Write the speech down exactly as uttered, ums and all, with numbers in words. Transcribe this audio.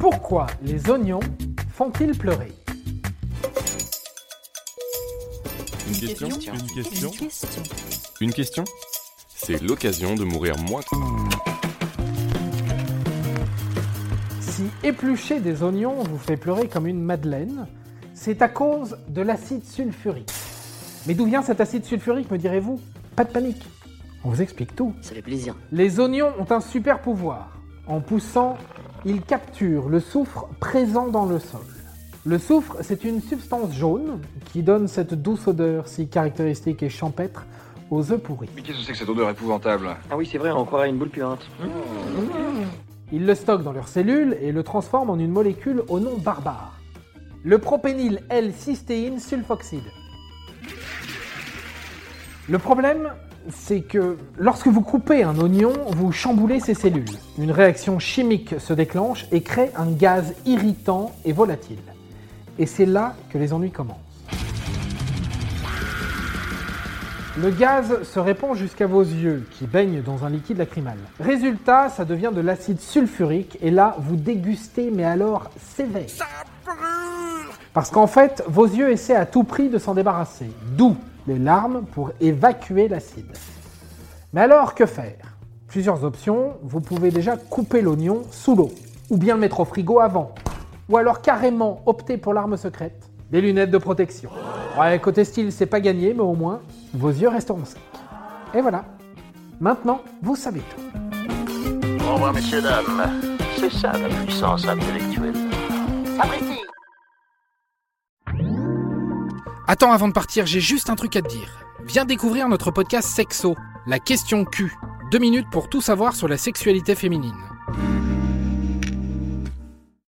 Pourquoi les oignons font-ils pleurer ? Une question, une question, Une question. une question. C'est l'occasion de mourir moins. Si éplucher des oignons vous fait pleurer comme une madeleine, c'est à cause de l'acide sulfurique. Mais d'où vient cet acide sulfurique, me direz-vous ? Pas de panique, on vous explique tout. Ça fait plaisir. Les oignons ont un super pouvoir. En poussant, ils capturent le soufre présent dans le sol. Le soufre, c'est une substance jaune qui donne cette douce odeur si caractéristique et champêtre aux œufs pourris. Mais qu'est-ce que c'est que cette odeur épouvantable ? Ah oui, c'est vrai, on croirait une boule puante. Ils le stockent dans leurs cellules et le transforment en une molécule au nom barbare. Le propényl L-cystéine sulfoxyde. Le problème, c'est que lorsque vous coupez un oignon, vous chamboulez ses cellules. Une réaction chimique se déclenche et crée un gaz irritant et volatile. Et c'est là que les ennuis commencent. Le gaz se répand jusqu'à vos yeux, qui baignent dans un liquide lacrymal. Résultat, ça devient de l'acide sulfurique, et là, vous dégustez, mais alors sévère. Ça brûle ! Parce qu'en fait, vos yeux essaient à tout prix de s'en débarrasser. D'où les larmes pour évacuer l'acide. Mais alors, que faire ? Plusieurs options. Vous pouvez déjà couper l'oignon sous l'eau, ou bien le mettre au frigo avant. Ou alors carrément opter pour l'arme secrète, des lunettes de protection. Ouais, côté style, c'est pas gagné, mais au moins, vos yeux resteront secs. Et voilà. Maintenant, vous savez tout. Au revoir, messieurs, dames. C'est ça la puissance intellectuelle. Sapristi. Attends, avant de partir, j'ai juste un truc à te dire. Viens découvrir notre podcast Sexo, la question Q. Deux minutes pour tout savoir sur la sexualité féminine.